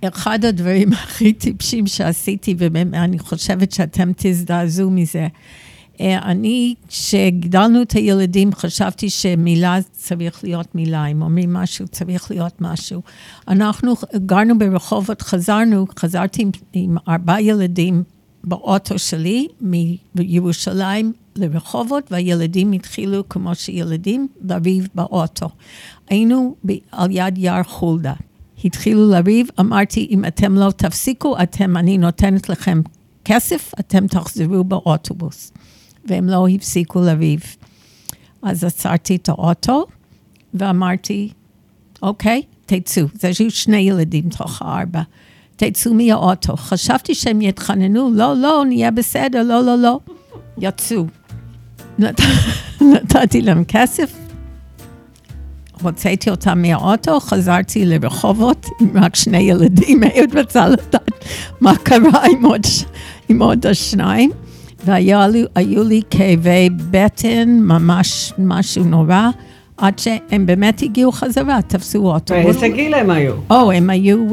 אחד הדברים הכי טיפשים שעשיתי, ואני חושבת שאתם תזדעזו מזה, אני, כשגדלנו את הילדים, חשבתי שמילה צריך להיות מילה, אם אומרים משהו, צריך להיות משהו. אנחנו גרנו ברחובות, חזרתי עם 4 ילדים באוטו שלי, מירושלים לרחובות, והילדים התחילו, כמו שילדים, לריב באוטו. היינו על יד יער חולדה. התחילו לריב, אמרתי, אם אתם לא תפסיקו, אני נותנת לכם כסף, אתם תחזרו באוטובוס. והם לא הפסיקו לריב. אז עצרתי את האוטו, ואמרתי, אוקיי, תצאו. זה היו 2 ילדים תוך 4. תצאו מהאוטו. חשבתי שהם יתחננו, לא, נהיה בסדר, לא. יצאו. נתתי להם כסף, הוצאתי אותם מהאוטו, חזרתי לרחובות עם רק 2 ילדים, הייתי רוצה לדעת מה קרה עם עוד 2, והיו לי כאבי בטן, ממש משהו נורא, עד שהם באמת הגיעו חזרה, תפסו אוטו. ואיזה גיל הם היו? הם היו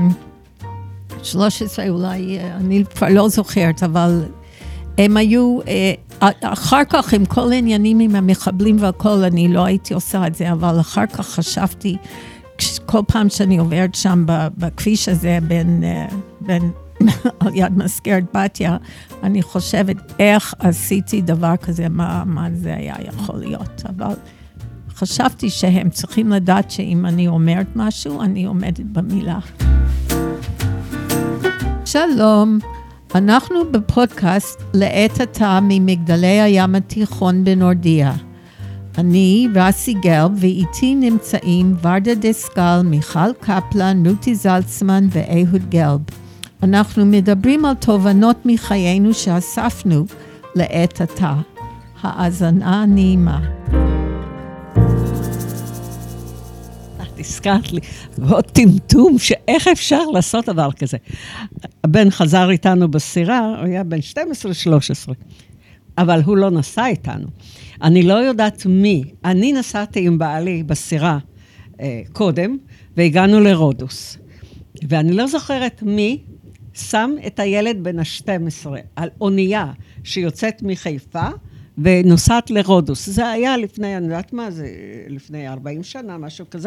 13 אולי, אני כבר לא זוכרת, אבל הם היו, אחר כך עם כל העניינים עם המחבלים והכל, אני לא הייתי עושה את זה, אבל אחר כך חשבתי, כל פעם שאני עוברת שם בכביש הזה, בין על יד מזכרת בתיה, אני חושבת איך עשיתי דבר כזה, מה זה היה יכול להיות, אבל חשבתי שהם צריכים לדעת שאם אני אומרת משהו, אני עומדת במילה. שלום. אנחנו בפודקאסט לעת עתה ממגדלי הים התיכון בנורדיה. אני רסי גלב ואיתי נמצאים ורדה דסקל, מיכל קפלן, רותי זלצמן ואהוד גלב. אנחנו מדברים על תובנות מחיינו שאספנו לעת עתה. האזנה נעימה. הזכרת לי, ועוד טמטום, שאיך אפשר לעשות דבר כזה. הבן חזר איתנו בסירה, הוא היה בן 12-13, אבל הוא לא נסע איתנו. אני לא יודעת מי, אני נסעתי עם בעלי בסירה קודם, והגענו לרודוס. ואני לא זוכרת מי שם את הילד בן ה-12 על אונייה שיוצאת מחיפה, ונוסעת לרודוס. זה היה לפני, אני יודעת מה, זה לפני 40 שנה, משהו כזה.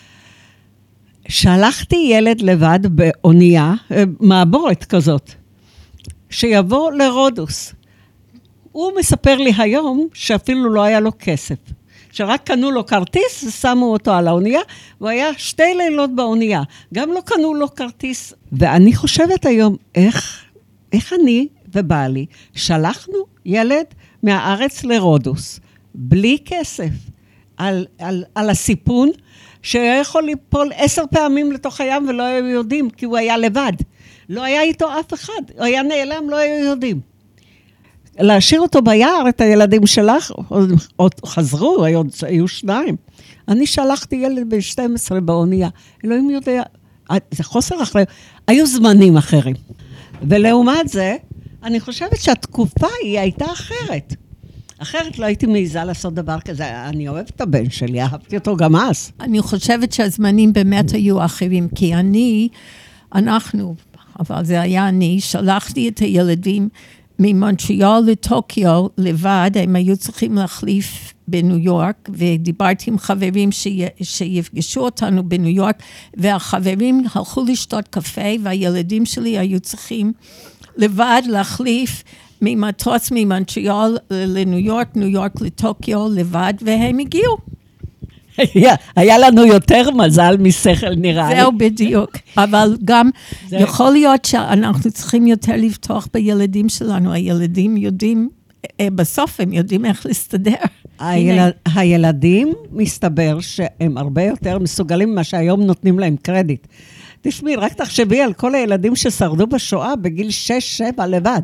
שלחתי ילד לבד באונייה, מעבורת כזאת, שיבוא לרודוס. הוא מספר לי היום שאפילו לא היה לו כסף. שרק קנו לו כרטיס, שמו אותו על האונייה, והוא היה 2 לילות באונייה. גם לא קנו לו כרטיס. ואני חושבת היום, איך אני ובעלי שלחנו ילד מהארץ לרודוס, בלי כסף, על הסיפון, שהיה יכול ליפול 10 פעמים לתוך הים ולא היו יודעים, כי הוא היה לבד. לא היה איתו אף אחד, הוא היה נעלם, לא היו יודעים. להשאיר אותו ביער, את הילדים שלך, עוד חזרו, היו 2. אני שלחתי ילד בן 12 באונייה, אלוהים יודע, זה חוסר אחריות, היו זמנים אחרים. ולעומת זה, אני חושבת שהתקופה היא הייתה אחרת. אחרת לא הייתי מעיזה לעשות דבר כזה. אני אוהבת את הבן שלי, אהבתי אותו גם אז. אני חושבת שהזמנים באמת היו אחרים, כי אנחנו, אבל זה היה אני, שלחתי את הילדים ממונטריאל לטוקיו לבד, הם היו צריכים להחליף בניו יורק, ודיברתי עם חברים שיפגשו אותנו בניו יורק, והחברים הלכו לשתות קפה, והילדים שלי היו צריכים לבד להחליף ממטוס ממונטריאל לניו יורק, ניו יורק לטוקיו לבד, והם הגיעו. היה לנו יותר מזל משכל נראה לי. זהו בדיוק, אבל גם יכול להיות שאנחנו צריכים יותר לפתוח בילדים שלנו, הילדים יודעים, בסוף הם יודעים איך להסתדר. הילדים מסתבר שהם הרבה יותר מסוגלים ממה שהיום נותנים להם קרדיט. תשמעי, רק תחשבי על כל הילדים ששרדו בשואה בגיל 6-7 לבד.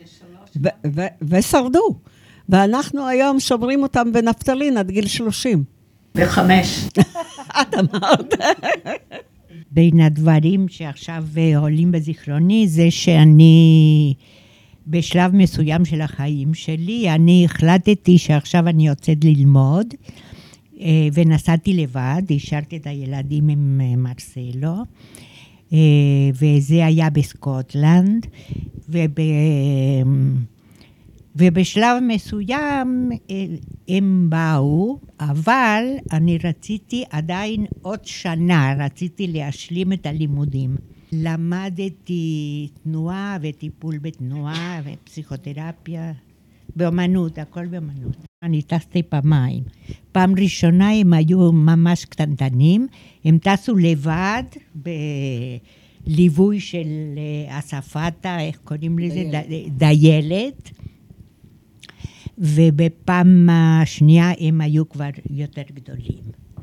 ושרדו. ואנחנו היום שומרים אותם בנפטלין עד גיל 30. 5. את אמרת. בין הדברים שעכשיו עולים בזיכרוני, זה שאני בשלב מסוים של החיים שלי, אני החלטתי שעכשיו אני יוצאת ללמוד, ונסעתי לבד, השארתי את הילדים עם מרסלו, וזה היה בסקוטלנד, ובשלב מסוים הם באו, אבל אני רציתי עדיין עוד שנה, רציתי להשלים את הלימודים. למדתי תנועה וטיפול בתנועה ופסיכותרפיה, באמנות, הכל באמנות. אני טסתי פעמיים. פעם ראשונה הם היו ממש קטנטנים, הם טסו לבד בליווי של אספתה, איך קוראים לזה? דיילת. ובפעם השנייה הם היו כבר יותר גדולים.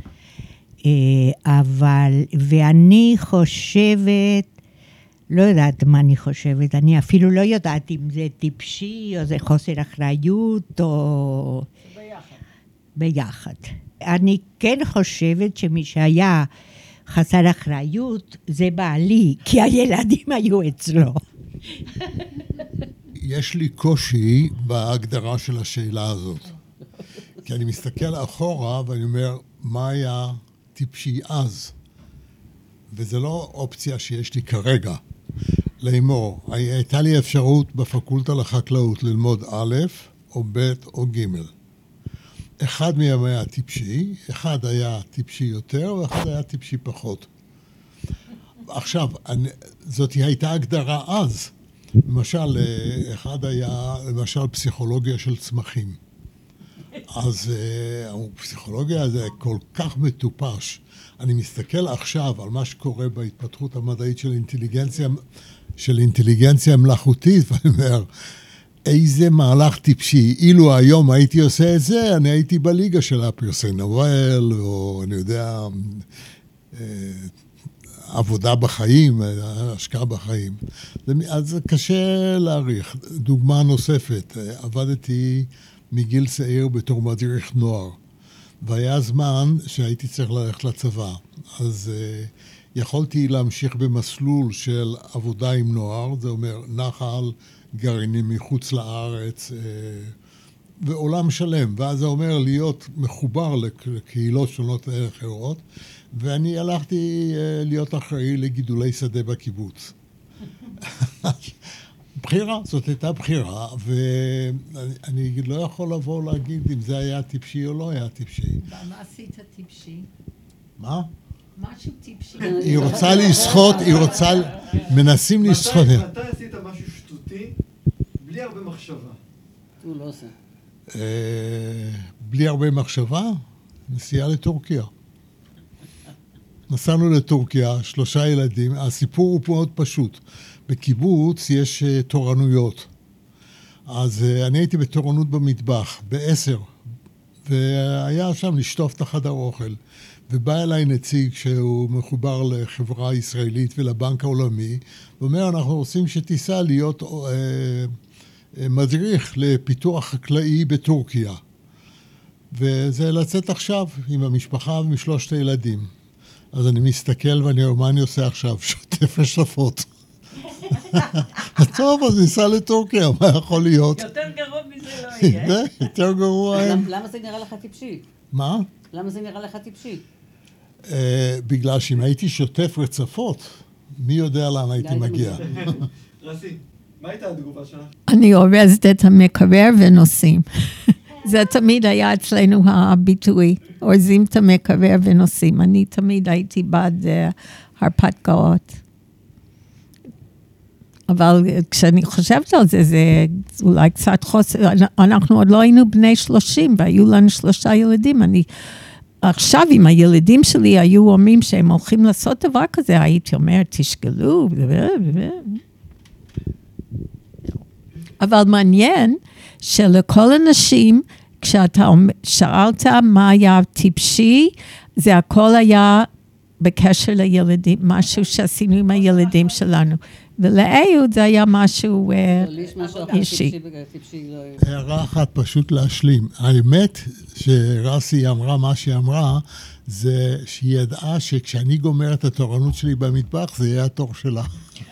ואני חושבת, לא יודעת מה אני חושבת, אני אפילו לא יודעת אם זה טיפשי או זה חוסר אחריות או... ביחד. אני כן חושבת שמי שהיה חסר אחריות זה בעלי, כי הילדים היו אצלו. יש לי קושי בהגדרה של השאלה הזאת. כי אני מסתכל אחורה ואני אומר, מה היה טיפשי אז? וזה לא אופציה שיש לי כרגע. לאמור, הייתה לי אפשרות בפקולטה לחקלאות ללמוד א' או ב' או ג'. אחד מהם היה טיפשי, אחד היה טיפשי יותר ואחד היה טיפשי פחות. עכשיו, זאת הייתה הגדרה אז. למשל, אחד היה, למשל, פסיכולוגיה של צמחים. אז הפסיכולוגיה זה כל כך מטופש. אני מסתכל עכשיו על מה שקורה בהתפתחות המדעית של אינטליגנציה מלאכותית, ואני אומר, איזה מהלך טיפשי. אילו היום הייתי עושה את זה, אני הייתי בליגה של הפרסי נובל, או אני יודע, עבודה בחיים, השקעה בחיים. אז קשה להעריך. דוגמה נוספת, עבדתי מגיל צעיר בתור מדריך נוער, והיה זמן שהייתי צריך ללכת לצבא. אז יכולתי להמשיך במסלול של עבודה עם נוער, זה אומר נחל, גרעינים מחוץ לארץ, ועולם שלם. ואז זה אומר להיות מחובר לקהילות שונות אחרות, ואני הלכתי להיות אחראי לגידולי שדה בקיבוץ. בחירה, זאת הייתה בחירה, ואני לא יכול לבוא להגיד אם זה היה טיפשי או לא היה טיפשי. ומה עשית טיפשי? מה? משהו טיפשי. היא רוצה לשחות, מנסים לשחות. מתי עשית משהו שטותי, בלי הרבה מחשבה? הוא לא עושה. בלי הרבה מחשבה? נסיעה לטורקיה. נסענו לטורקיה, 3 ילדים. הסיפור הוא מאוד פשוט. בקיבוץ יש תורנויות. אז אני הייתי בתורנות במטבח, ב10, והיה שם לשטוף את החדר אוכל. ובא אליי נציג שהוא מחובר לחברה ישראלית ולבנק העולמי, ואומר, אנחנו רוצים שתיסע להיות מדריך לפיתוח חקלאי בטורקיה. וזה לצאת עכשיו עם המשפחה ועם 3 הילדים. אז אני מסתכל ואני אומר, מה אני עושה עכשיו? שוטף ושפות. טוב, אז ניסע לטורקיה, מה יכול להיות? יותר גרוע מזה לא יהיה. יותר גרוע. למה זה נראה לך טיפשי? מה? למה זה נראה לך טיפשי? בגלל שאם הייתי שוטף רצפות, מי יודע לאן הייתי מגיע. רסי, מה הייתה התגובה שלך? אני אורזת את המקרר ונוסעים. זה תמיד היה אצלנו הביטוי, אורזים את המקרר ונוסעים. אני תמיד הייתי בעד הרפתקאות. אבל כשאני חושבת על זה, זה אולי קצת חוסר, אנחנו עוד לא היינו בני 30, והיו לנו 3 ילדים. עכשיו, אם הילדים שלי היו אומרים שהם הולכים לעשות דבר כזה, הייתי אומרת, תשקלו. אבל מעניין שלכל אנשים, כשאתה שאלת מה היה טיפשי, זה הכל היה בקשר לילדים, משהו שעשינו עם הילדים שלנו. ולאהוד זה היה משהו אישי. הערה אחת פשוט להשלים. האמת שרסי אמרה מה שהיא אמרה, זה שהיא ידעה שכשאני גומר את התורנות שלי במטבח, זה יהיה התור שלה.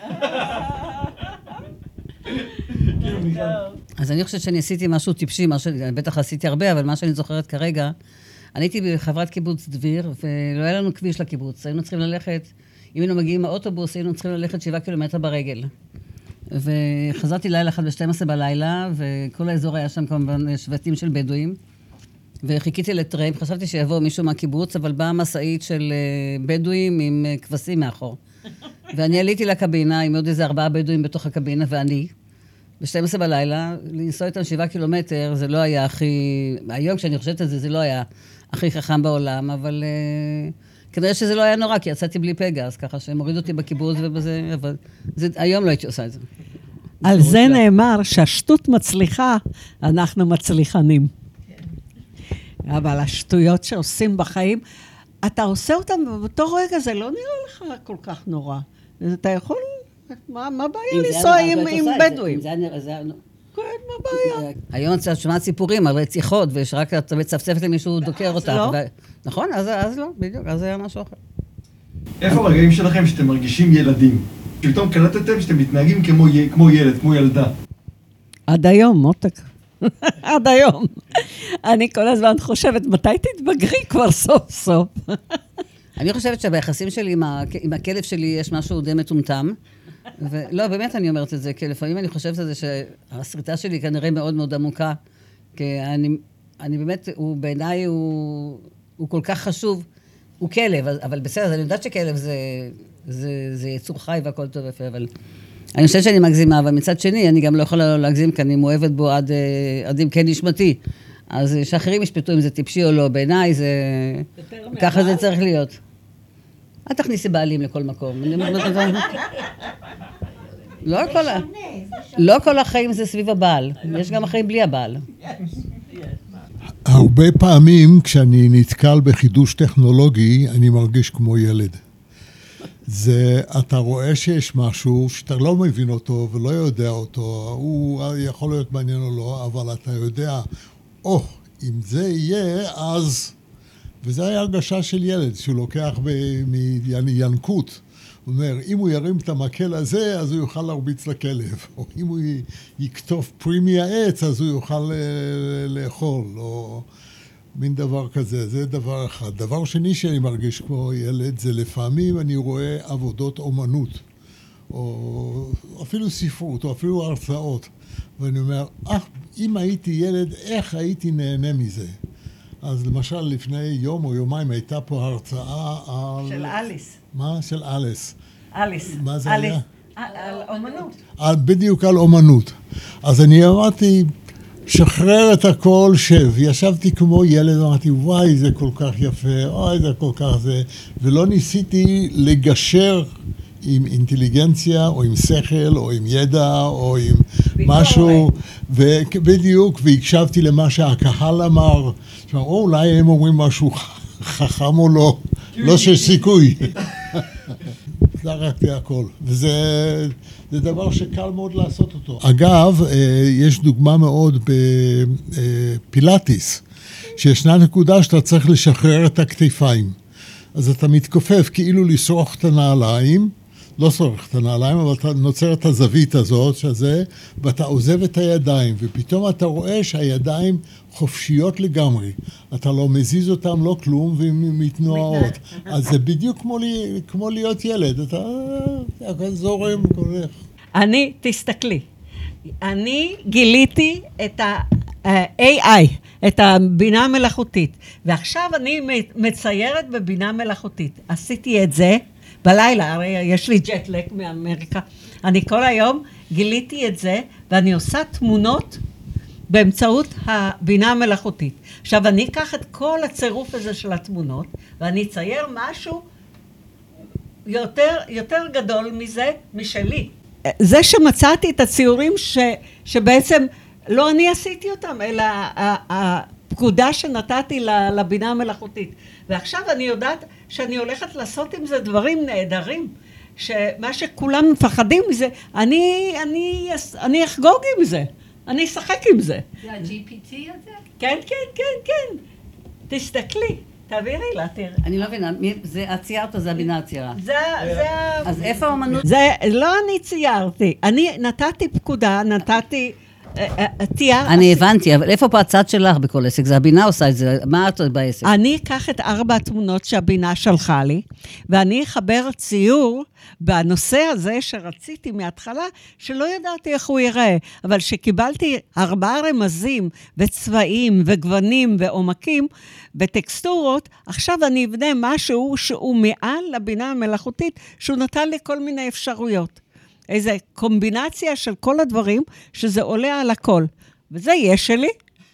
אז אני חושבת שאני עשיתי משהו טיפשי, בטח עשיתי הרבה, אבל מה שאני זוכרת כרגע, אני הייתי בחברת קיבוץ דביר, ולא היה לנו כביש לקיבוץ, היינו צריכים ללכת אם היינו מגיעים מהאוטובוס, היינו צריכים ללכת 7 קילומטר ברגל. וחזרתי לילה אחד ב-12 בלילה, וכל האזור היה שם כמובן שבטים של בדואים. וחיכיתי לטרמפ, חשבתי שיבוא מישהו מהקיבוץ, אבל באה מסעית של בדואים עם כבשים מאחור. ואני עליתי לקבינה עם עוד איזה 4 בדואים בתוך הקבינה, ואני, ב-12 בלילה, לנסוע איתם 7 קילומטר, זה לא היה הכי... היום כשאני חושבת על זה, זה לא היה הכי חכם בעולם, אבל כנראה שזה לא היה נורא, כי יצאתי בלי פגז, ככה שהם הורידו אותי בקיבוץ ובזה, אבל היום לא הייתי עושה את זה. על זה נאמר שהשטות מצליחה, אנחנו מצליחנים. אבל השטויות שעושים בחיים, אתה עושה אותם באותו רגע, זה לא נראה לך כל כך נורא. אתה יכול, מה בעיה לנסוע עם בדואים? כן, מה בעיה? היום את שומעת סיפורים על רציחות, ושרק את מצפצפת למישהו דוקר אותך. נכון, אז לא, בדיוק, אז זה היה משהו אחר. איפה הרגעים שלכם שאתם מרגישים ילדים? שפתאום קלטתם שאתם מתנהגים כמו ילד, כמו ילדה? עד היום, מותק. עד היום. אני כל הזמן חושבת, מתי תתבגרי כבר סוף סוף? אני חושבת שביחסים שלי עם הכלב שלי יש משהו די מטומטם. ולא, באמת אני אומרת את זה, כי לפעמים אני חושבת על זה שהסריטה שלי כנראה מאוד מאוד עמוקה. כי אני באמת, בעיניי הוא כל כך חשוב. הוא כלב, אבל בסדר, אז אני יודעת שכלב זה יצור חי והכל טוב יפה, אבל... אני חושבת שאני מגזימה, אבל מצד שני, אני גם לא יכולה להגזים, כי אני מאוהבת בו עד עמקי נשמתי. אז שאחרים ישפטו אם זה טיפשי או לא, בעיניי זה... ככה זה צריך להיות. אל תכניסי בעלים לכל מקום. לא כל החיים זה סביב הבעל, יש גם החיים בלי הבעל. הרבה פעמים כשאני נתקל בחידוש טכנולוגי, אני מרגיש כמו ילד. אתה רואה שיש משהו שאתה לא מבין אותו ולא יודע אותו, הוא יכול להיות מעניין או לא, אבל אתה יודע, אם זה יהיה, אז... וזה היה הרגשה של ילד, שהוא לוקח מינקות. הוא אומר, אם הוא ירים את המקל הזה, אז הוא יוכל להרביץ לכלב. או אם הוא יקטוף פרי מהעץ, אז הוא יוכל לאכול. או מין דבר כזה, זה דבר אחד. דבר שני שאני מרגיש כמו ילד, זה לפעמים אני רואה עבודות אומנות. או אפילו ספרות, או אפילו הרצאות. ואני אומר, אם הייתי ילד, איך הייתי נהנה מזה? אז למשל, לפני יום או יומיים הייתה פה הרצאה על... של אליס. מה? של אליס. אליס. מה זה היה? על אומנות. בדיוק על אומנות. אז אני אמרתי, שחרר את הכל, שב. ישבתי כמו ילד, אמרתי, וואי, זה כל כך יפה, אוי, זה כל כך זה. ולא ניסיתי לגשר עם אינטליגנציה, או עם שכל, או עם ידע, או עם משהו. בדיוק, והקשבתי למה שהקהל אמר. אולי הם אומרים משהו חכם או לא, לא שיש סיכוי. זרקתי הכל, וזה דבר שקל מאוד לעשות אותו. אגב, יש דוגמה מאוד בפילאטיס, שישנה נקודה שאתה צריך לשחרר את הכתפיים. אז אתה מתכופף כאילו לשרוך את הנעליים, לא שרוך את הנעליים, אבל אתה נוצר את הזווית הזאת, שזה, ואתה עוזב את הידיים, ופתאום אתה רואה שהידיים חופשיות לגמרי. אתה לא מזיז אותם, לא כלום, והן מתנועות. אז זה בדיוק כמו להיות ילד. אתה זורם, הולך. תסתכלי, אני גיליתי את ה-AI, את הבינה המלאכותית, ועכשיו אני מציירת בבינה מלאכותית. עשיתי את זה בלילה, הרי יש לי ג'טלג מאמריקה. אני כל היום גיליתי את זה, ואני עושה תמונות באמצעות הבינה המלאכותית. עכשיו, אני אקח את כל הצירוף הזה של התמונות, ואני אצייר משהו יותר גדול מזה, משלי. זה שמצאתי את הציורים שבעצם לא אני עשיתי אותם, אלא הפקודה שנתתי לבינה המלאכותית. ועכשיו אני יודעת שאני הולכת לעשות עם זה דברים נהדרים, שמה שכולם מפחדים מזה, אני אחגוג עם זה, אני אשחק עם זה. זה ה-GPT הזה? כן, כן, כן, כן. תסתכלי, תעבירי לה, תראה. אני לא מבינה, את ציירת או זה הבינה הציירה? זה... אז איפה האמנות? זה לא אני ציירתי, אני נתתי פקודה, נתתי תיאר... אני הבנתי, אבל איפה פה הצד שלך בכל עסק? זה הבינה עושה את זה, מה את בעסק? אני אקח את 4 התמונות שהבינה שלחה לי, ואני אחבר ציור בנושא הזה שרציתי מההתחלה, שלא ידעתי איך הוא ייראה, אבל שקיבלתי 4 רמזים וצבעים וגוונים ועומקים וטקסטורות, עכשיו אני אבנה משהו שהוא מעל לבינה המלאכותית, שהוא נתן לי כל מיני אפשרויות. איזו קומבינציה של כל הדברים, שזה עולה על הכל. וזה יש שלי.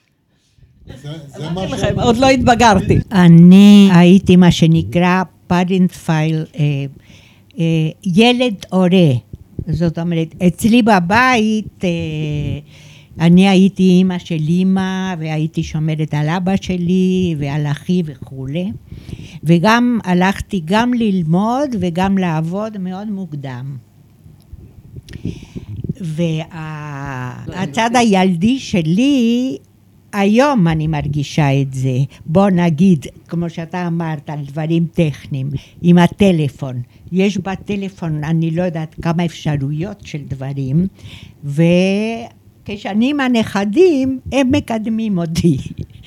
זה מה לכם, עוד לא התבגרתי. אני הייתי מה שנקרא parent file, ילד הורה. זאת אומרת, אצלי בבית, אני הייתי אימא של אימא, והייתי שומרת על אבא שלי ועל אחי וכו'. וגם הלכתי גם ללמוד וגם לעבוד מאוד מוקדם. והצד הילדי שלי, היום אני מרגישה את זה. בוא נגיד, כמו שאתה אמרת, על דברים טכניים, עם הטלפון. יש בטלפון, אני לא יודעת כמה אפשרויות של דברים, וכשאני עם הנכדים, הם מקדמים אותי.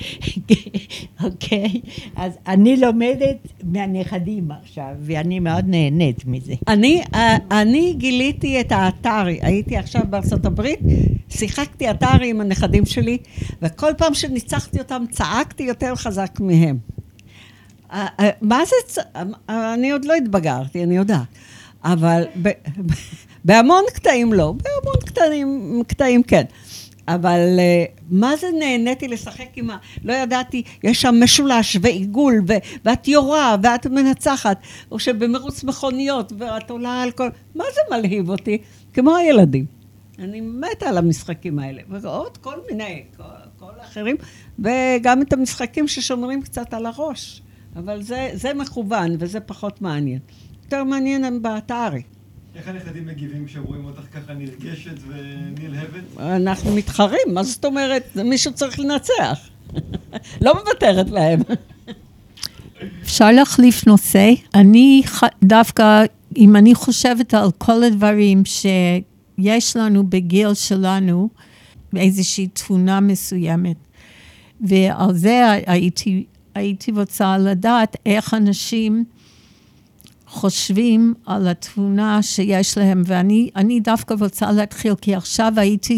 אוקיי? אז אני לומדת מהנכדים עכשיו, ואני מאוד נהנית מזה. אני גיליתי את האתרי, הייתי עכשיו בארצות הברית, שיחקתי אתרי עם הנכדים שלי, וכל פעם שניצחתי אותם, צעקתי יותר חזק מהם. מה זה? אני עוד לא התבגרתי, אני יודעת. אבל בהמון קטעים לא, בהמון קטעים כן. אבל מה זה נהניתי לשחק עם לא ידעתי, יש שם משולש ועיגול, ואת יורה, ואת מנצחת, או שבמרוץ מכוניות, ואת עולה על כל... מה זה מלהיב אותי? כמו הילדים. אני מתה על המשחקים האלה, ועוד כל מיני, כל האחרים, וגם את המשחקים ששומרים קצת על הראש. אבל זה מכוון, וזה פחות מעניין. יותר מעניין באתרי. איך הנכדים מגיבים כשרואים אותך ככה נרגשת ונלהבת? אנחנו מתחרים, מה זאת אומרת? מישהו צריך לנצח. לא מוותרת להם. אפשר להחליף נושא. אני דווקא, אם אני חושבת על כל הדברים שיש לנו בגיל שלנו, איזושהי תכונה מסוימת, ועל זה הייתי רוצה לדעת איך אנשים חושבים על התבונה שיש להם, ואני דווקא רוצה להתחיל, כי עכשיו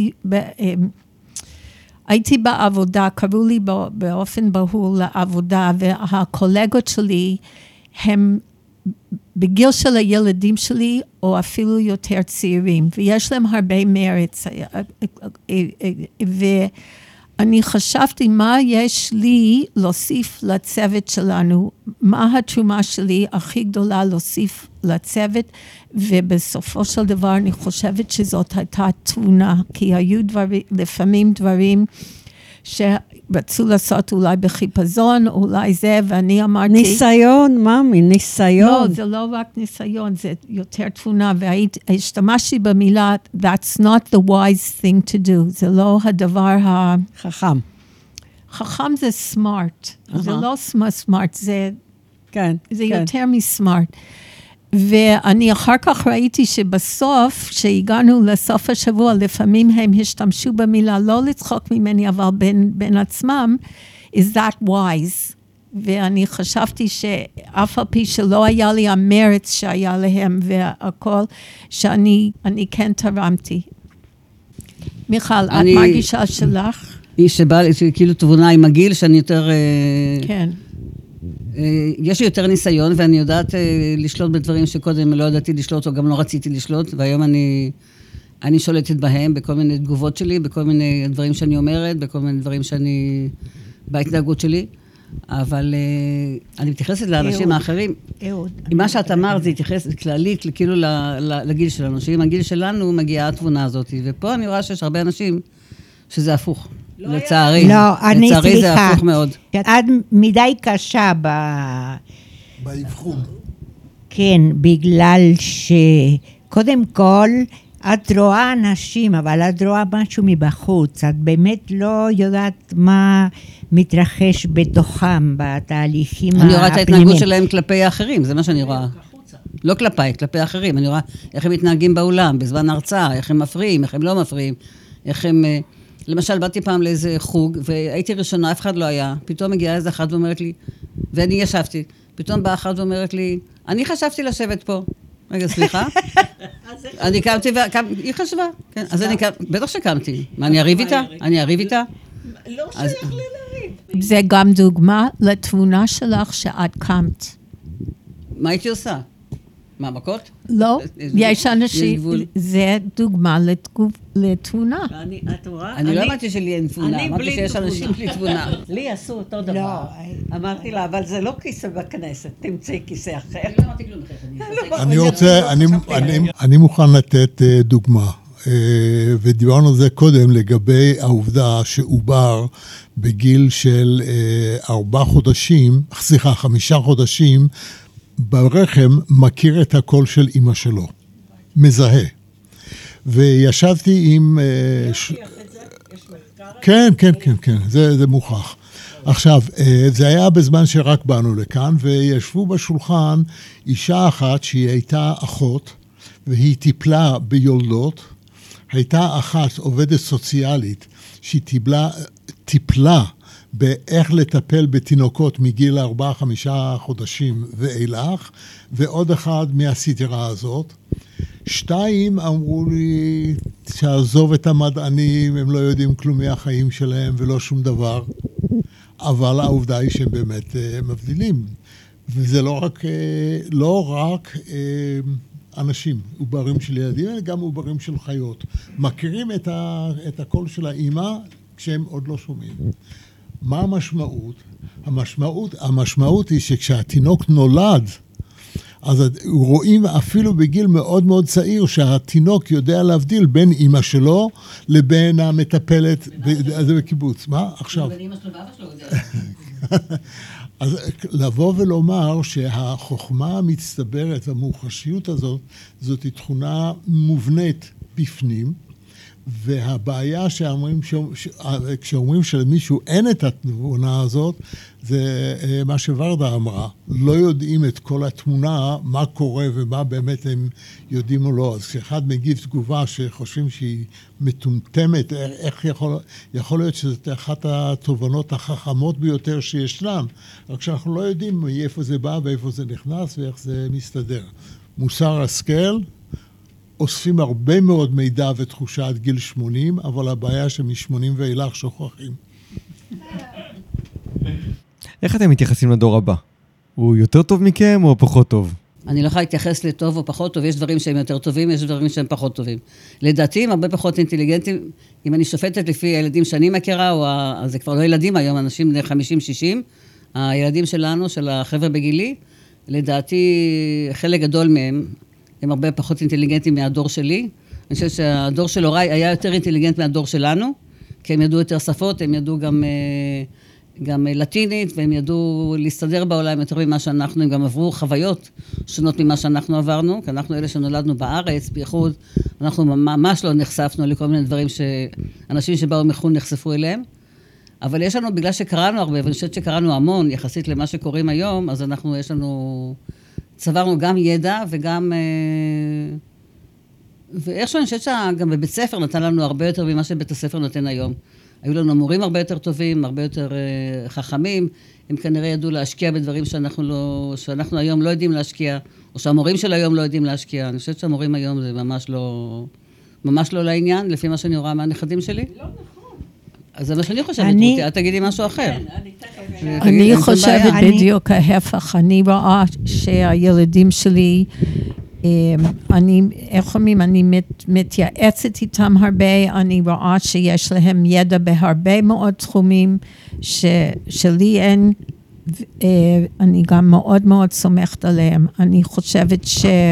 הייתי בעבודה, קראו לי באופן בהול לעבודה, והקולגות שלי הם בגיל של הילדים שלי, או אפילו יותר צעירים, ויש להם הרבה מרץ, אני חשבתי מה יש לי להוסיף לצוות שלנו, מה התרומה שלי הכי גדולה להוסיף לצוות, ובסופו של דבר אני חושבת שזאת הייתה תבונה, כי היו לפעמים דברים שרצו לעשות אולי בחיפזון, אולי זה, ואני אמרתי... ניסיון, ממי, ניסיון. לא, זה לא רק ניסיון, זה יותר תבונה, והשתמשתי במילה, that's not the wise thing to do, זה לא הדבר חכם. חכם זה smart, זה לא smart, זה יותר מסמארט. ואני אחר כך ראיתי שבסוף, שהגענו לסוף השבוע, לפעמים הם השתמשו במילה, לא לצחוק ממני, אבל בין עצמם, is that wise? ואני חשבתי שאף על פי שלא היה לי המרץ שהיה להם והכל, שאני כן תרמתי. מיכל, את מרגישה שלך? היא שבאה, כאילו תבונה עם הגיל, שאני יותר... כן. יש לי יותר ניסיון, ואני יודעת לשלוט בדברים שקודם לא ידעתי לשלוט, או גם לא רציתי לשלוט, והיום אני שולטת בהם, בכל מיני תגובות שלי, בכל מיני דברים שאני אומרת, בכל מיני דברים שאני... בהתנהגות שלי, אבל אני מתייחסת לאנשים האחרים. מה שאת אמרת, זה התייחס כללית, כאילו לגיל שלנו, שאם הגיל שלנו מגיעה התבונה הזאת, ופה אני רואה שיש הרבה אנשים שזה הפוך. לצערי. לא, אני סליחה. לצערי זה הפוך מאוד. את מדי קשה באבחון. כן, בגלל שקודם כל, את רואה אנשים, אבל את רואה משהו מבחוץ. את באמת לא יודעת מה מתרחש בתוכם, בתהליכים הפנימיים. אני רואה את ההתנהגות שלהם כלפי האחרים, זה מה שאני רואה. לא כלפיי, כלפי האחרים. אני רואה איך הם מתנהגים באולם, בזמן הרצאה, איך הם מפריעים, איך הם לא מפריעים, איך הם... למשל, באתי פעם לאיזה חוג, והייתי ראשונה, אף אחד לא היה. פתאום הגיעה איזה אחת ואומרת לי, ואני ישבתי. פתאום באה אחת ואומרת לי, אני חשבתי לשבת פה. רגע, סליחה? אני קמתי, היא חשבה. כן, אז אני קמתי, בטח שקמתי. מה, אני אריב איתה? אני אריב איתה? לא שייך לריב. זה גם דוגמה לתבונה שלך שאת קמת. מה הייתי עושה? מה, מכות? לא, יש אנשים, גבול. זה דוגמה לתבונה. את רואה? אני לא אמרתי שלי אין תבונה, אני אמרתי בלי שיש תבונה. אנשים בלי תבונה. לי עשו אותו דבר. לא. אמרתי לה, אבל זה לא כיסא בכנסת, תמצאי כיסא אחר. אני לא אמרתי כלום אחרת. אני רוצה, אני מוכן לתת דוגמה, ודיברנו על זה קודם לגבי העובדה שעובר בגיל של 5 חודשים, ברחם מכיר את הקול של אמא שלו, מזהה. וישבתי עם... כן, זה מוכח. עכשיו, זה היה בזמן שרק באנו לכאן, וישבו בשולחן אישה אחת שהיא הייתה אחות, והיא טיפלה ביולדות. הייתה אחת עובדת סוציאלית, שהיא טיפלה באיך לטפל בתינוקות מגיל 4-5 חודשים ואילך, ועוד אחד מהסדרה הזאת. 2 אמרו לי שעזוב את המדענים, הם לא יודעים כלום מהחיים שלהם ולא שום דבר, אבל העובדה היא שהם באמת מבדילים. וזה לא רק אנשים, עוברים של ילדים, אלא גם עוברים של חיות. מכירים את הקול של האמא כשהם עוד לא שומעים. מה המשמעות? המשמעות היא שכשהתינוק נולד, אז רואים אפילו בגיל מאוד מאוד צעיר שהתינוק יודע להבדיל בין אמא שלו לבין המטפלת בקיבוץ. מה? עכשיו. בין אמא שלו ואבא שלו יודע. אז לבוא ולומר שהחוכמה המצטברת, המוחשיות הזאת, זאת תכונה מובנית בפנים, והבעיה כשאומרים שלמישהו אין את התמונה הזאת, זה מה שוורדה אמרה. לא יודעים את כל התמונה, מה קורה ומה באמת הם יודעים או לא. אז כשאחד מגיב תגובה שחושבים שהיא מטומטמת, איך יכול להיות שזאת אחת התובנות החכמות ביותר שישנן, רק שאנחנו לא יודעים מאיפה זה בא ואיפה זה נכנס ואיך זה מסתדר. מוסר השכל, אוספים הרבה מאוד מידע ותחושה עד גיל 80, אבל הבעיה שמ-80 ואילך שוכחים. איך אתם מתייחסים לדור הבא? הוא יותר טוב מכם או פחות טוב? אני לא יכולה להתייחס לטוב או פחות טוב, יש דברים שהם יותר טובים, יש דברים שהם פחות טובים. לדעתי הם הרבה פחות אינטליגנטים, אם אני שופטת לפי הילדים שאני מכירה, אז זה כבר לא ילדים היום, אנשים בני 50-60, הילדים שלנו, של החבר'ה בגילי, לדעתי חלק גדול מהם, הם הרבה פחות אינטליגנטים מהדור שלי. אני חושבת שהדור של הוריי היה יותר אינטליגנט מהדור שלנו, כי הם ידעו יותר שפות, הם ידעו גם לטינית, והם ידעו להסתדר בעולם יותר ממה שאנחנו, הם גם עברו חוויות שונות ממה שאנחנו עברנו, כי אנחנו אלה שנולדנו בארץ, בייחוד, אנחנו ממש לא נחשפנו לכל מיני דברים שאנשים שבאו מחו"ל נחשפו אליהם, אבל יש לנו, בגלל שקראנו הרבה, ואני חושבת שקראנו המון, יחסית למה שקוראים היום, אז יש לנו, צברנו גם ידע וגם, ואיכשהו אני חושבת שגם בבית ספר נתן לנו הרבה יותר ממה שבית הספר נותן היום. היו לנו מורים הרבה יותר טובים, הרבה יותר חכמים, הם כנראה ידעו להשקיע בדברים שאנחנו היום לא יודעים להשקיע, או שהמורים של היום לא יודעים להשקיע. אני חושבת שהמורים היום זה ממש לא לעניין, לפי מה שאני רואה מהנכדים שלי. לא נכון. אז זה מה שאני חושבת, רותי, את תגידי משהו אחר. אני חושבת בדיוק ההפך, אני רואה שהילדים שלי, איך אומרים, אני מתייעצת איתם הרבה, אני רואה שיש להם ידע בהרבה מאוד תחומים שלי אין, אני גם מאוד מאוד סומכת עליהם. אני חושבת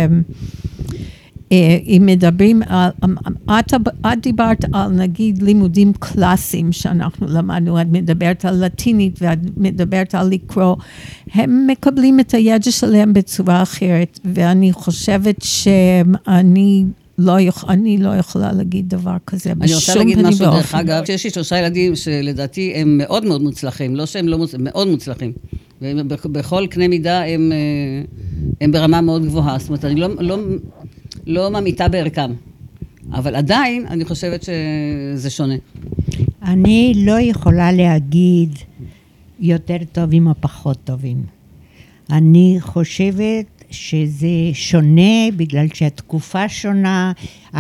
אם מדברים, את דיברת על נגיד לימודים קלאסיים שאנחנו למדנו, את מדברת על לטינית ואת מדברת על לקרוא, הם מקבלים את הידע שלהם בצורה אחרת, ואני חושבת שאני לא יכולה להגיד דבר כזה. אני רוצה להגיד משהו דרך אגב, שיש לי 3 ילדים שלדעתי הם מאוד מאוד מוצלחים, לא שהם לא מוצלחים, מאוד מוצלחים, ובכל קנה מידה הם ברמה מאוד גבוהה, זאת אומרת, אני לא ממיתה בערכם, אבל עדיין אני חושבת שזה שונה. אני לא יכולה להגיד יותר טובים או פחות טובים. אני חושבת שזה שונה בגלל שהתקופה שונה,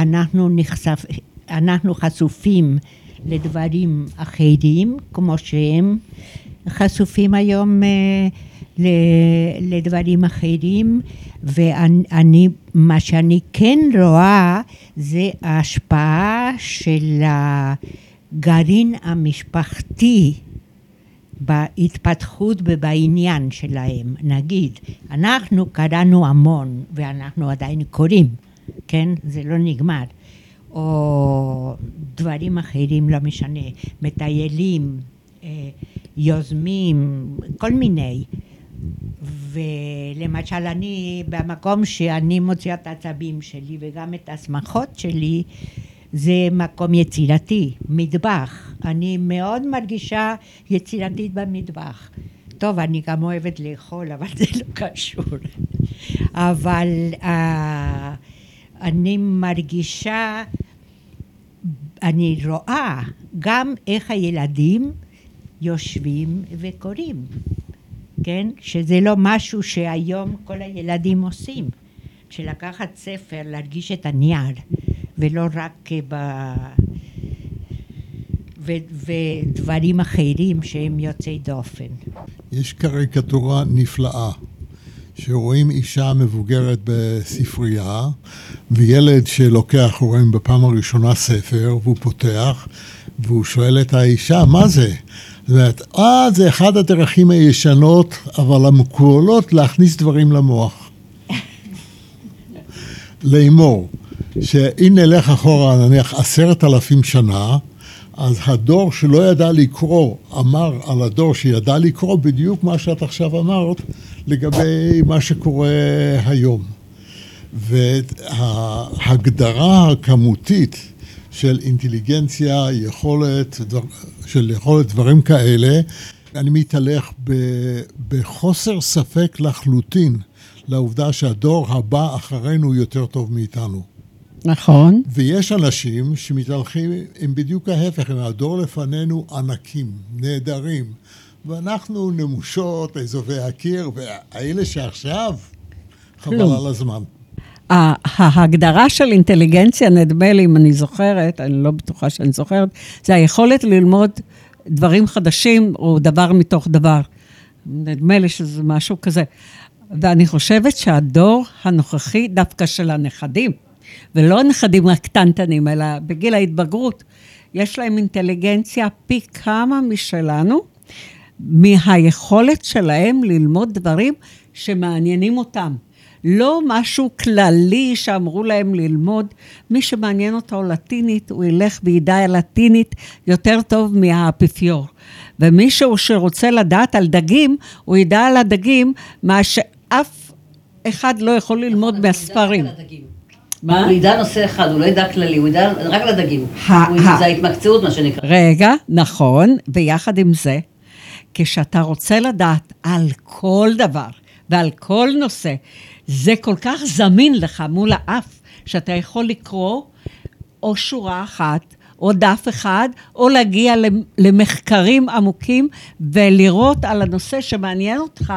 אנחנו חשופים לדברים אחרים, כמו שהם חשופים היום לדברים אחרים, מה שאני כן רואה זה ההשפעה של הגרעין המשפחתי בהתפתחות ובעניין שלהם. נגיד, אנחנו קראנו המון ואנחנו עדיין קוראים, כן? זה לא נגמר. או דברים אחרים, לא משנה, מטיילים, יוזמים, כל מיני. ולמשל אני, במקום שאני מוציאה את העצבים שלי וגם את השמחות שלי, זה מקום יצירתי, מטבח. אני מאוד מרגישה יצירתית במטבח. טוב, אני גם אוהבת לאכול, אבל זה לא קשור. אבל אני מרגישה, אני רואה גם איך הילדים יושבים וקוראים, כן? שזה לא משהו שהיום כל הילדים עושים. שלקחת ספר, להרגיש את הנייר, ולא רק ודברים אחרים שהם יוצאי דופן. יש קריקטורה נפלאה, שרואים אישה מבוגרת בספרייה, וילד שלוקח, רואים בפעם הראשונה ספר, והוא פותח, והוא שואל את האישה, מה זה? זאת אומרת, זה אחד הדרכים הישנות, אבל המקובלות להכניס דברים למוח. לאמור, שאם נלך אחורה, נניח 10,000 שנה, אז הדור שלא ידע לקרוא, אמר על הדור שידע לקרוא בדיוק מה שאת עכשיו אמרת, לגבי מה שקורה היום. וההגדרה הכמותית של אינטליגנציה, של יכולת דברים כאלה, אני מתהלך בחוסר ספק לחלוטין לעובדה שהדור הבא אחרינו יותר טוב מאיתנו. נכון. ויש אנשים שמתהלכים עם בדיוק ההפך, עם הדור לפנינו ענקים, נהדרים, ואנחנו נמושות, אזובי הקיר, והאלה שעכשיו חבל על הזמן. ההגדרה של אינטליגנציה, נדמה לי, אם אני זוכרת, אני לא בטוחה שאני זוכרת, זה היכולת ללמוד דברים חדשים, או דבר מתוך דבר. נדמה לי שזה משהו כזה. ואני חושבת שהדור הנוכחי, דווקא של הנכדים, ולא הנכדים הקטנטנים, אלא בגיל ההתבגרות, יש להם אינטליגנציה פי כמה משלנו, מהיכולת שלהם ללמוד דברים שמעניינים אותם. לא משהו כללי שאמרו להם ללמוד, מי שמעניין אותו לטינית, הוא ילך וידע הלטינית יותר טוב מהאפיפיור. ומישהו שרוצה לדעת על דגים, הוא ידע על הדגים, מה שאף אחד לא יכול ללמוד מהספרים. מה? הוא ידע נושא אחד, הוא לא ידע כללי, הוא ידע רק לדגים. זה ההתמקצעות, מה שנקרא. רגע, נכון, ויחד עם זה, כשאתה רוצה לדעת על כל דבר ועל כל נושא, זה כל כך זמין לך מול האף, שאתה יכול לקרוא או שורה אחת, או דף אחד, או להגיע למחקרים עמוקים, ולראות על הנושא שמעניין אותך,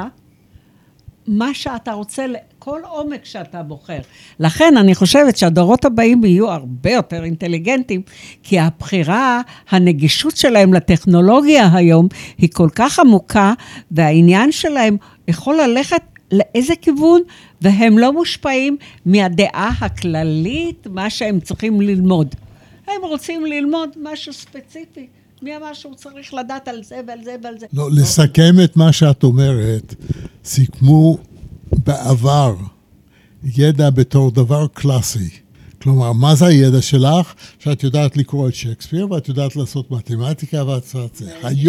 מה שאתה רוצה, כל עומק שאתה בוחר. לכן אני חושבת שהדורות הבאים יהיו הרבה יותר אינטליגנטים, כי הבחירה, הנגישות שלהם לטכנולוגיה היום, היא כל כך עמוקה, והעניין שלהם יכול ללכת לאיזה כיוון, והם לא מושפעים מהדעה הכללית, מה שהם צריכים ללמוד. הם רוצים ללמוד משהו ספציפי, מי אמר שהוא צריך לדעת על זה ועל זה ועל זה. לא, לסכם את מה שאת אומרת, סיכמו בעבר ידע בתור דבר קלאסי. כלומר, מה זה הידע שלך? שאת יודעת לקרוא את שייקספיר, ואת יודעת לעשות מתמטיקה ואת זה.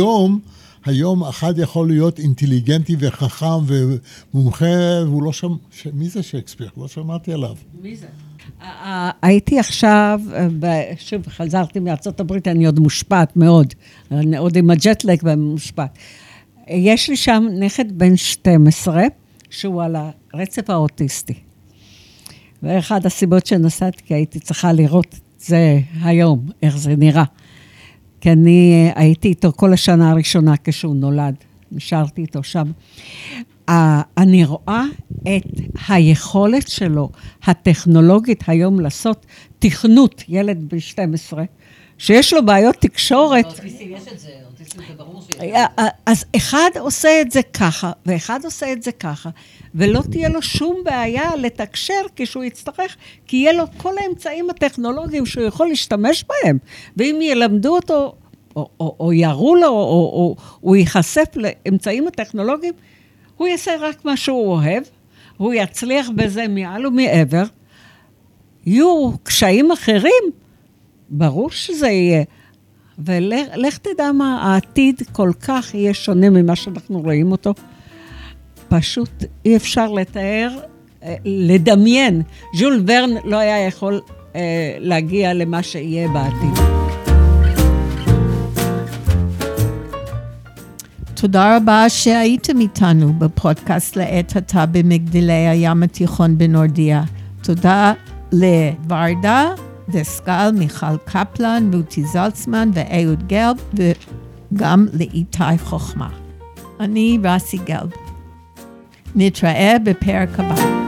היום אחד יכול להיות אינטליגנטי וחכם ומומחה, והוא לא שמע, מי זה שייקספיר? לא שמעתי עליו. מי זה? הייתי עכשיו, שוב, חזרתי מארצות הברית, אני עוד מושפעת מאוד, אני עוד עם הג'טלג ומושפעת. יש לי שם נכד בן 12, שהוא על הרצף האוטיסטי. ואחד הסיבות שנסעתי, כי הייתי צריכה לראות את זה היום, איך זה נראה. כי אני הייתי איתו כל השנה הראשונה כשהוא נולד, נשארתי איתו שם. אני רואה את היכולת שלו, הטכנולוגית היום לעשות תכנות, ילד בן 12, שיש לו בעיות תקשורת. אוטיסטים יש את זה, אוטיסטים זה ברור שיש. אז אחד עושה את זה ככה, ואחד עושה את זה ככה, ולא תהיה לו שום בעיה לתקשר כשהוא יצטרך, כי יהיה לו כל האמצעים הטכנולוגיים שהוא יכול להשתמש בהם, ואם ילמדו אותו, או יראו לו, או הוא ייחשף לאמצעים הטכנולוגיים, הוא יעשה רק מה שהוא אוהב, הוא יצליח בזה מעל ומעבר, יהיו קשיים אחרים, ברור שזה יהיה, ולך תדע מה, העתיד כל כך יהיה שונה ממה שאנחנו רואים אותו, פשוט אי אפשר לתאר, לדמיין. ז'ול ורן לא היה יכול להגיע למה שיהיה בעתיד. תודה רבה שהייתם איתנו בפודקאסט לעת עתה במגדלי הים התיכון בנורדיה. תודה לוורדה, דסקל, מיכל קפלן, רותי זלצמן ואהוד גלב, וגם לאיתי חוכמה. אני רסי גלב. נתראה בפרק הבא.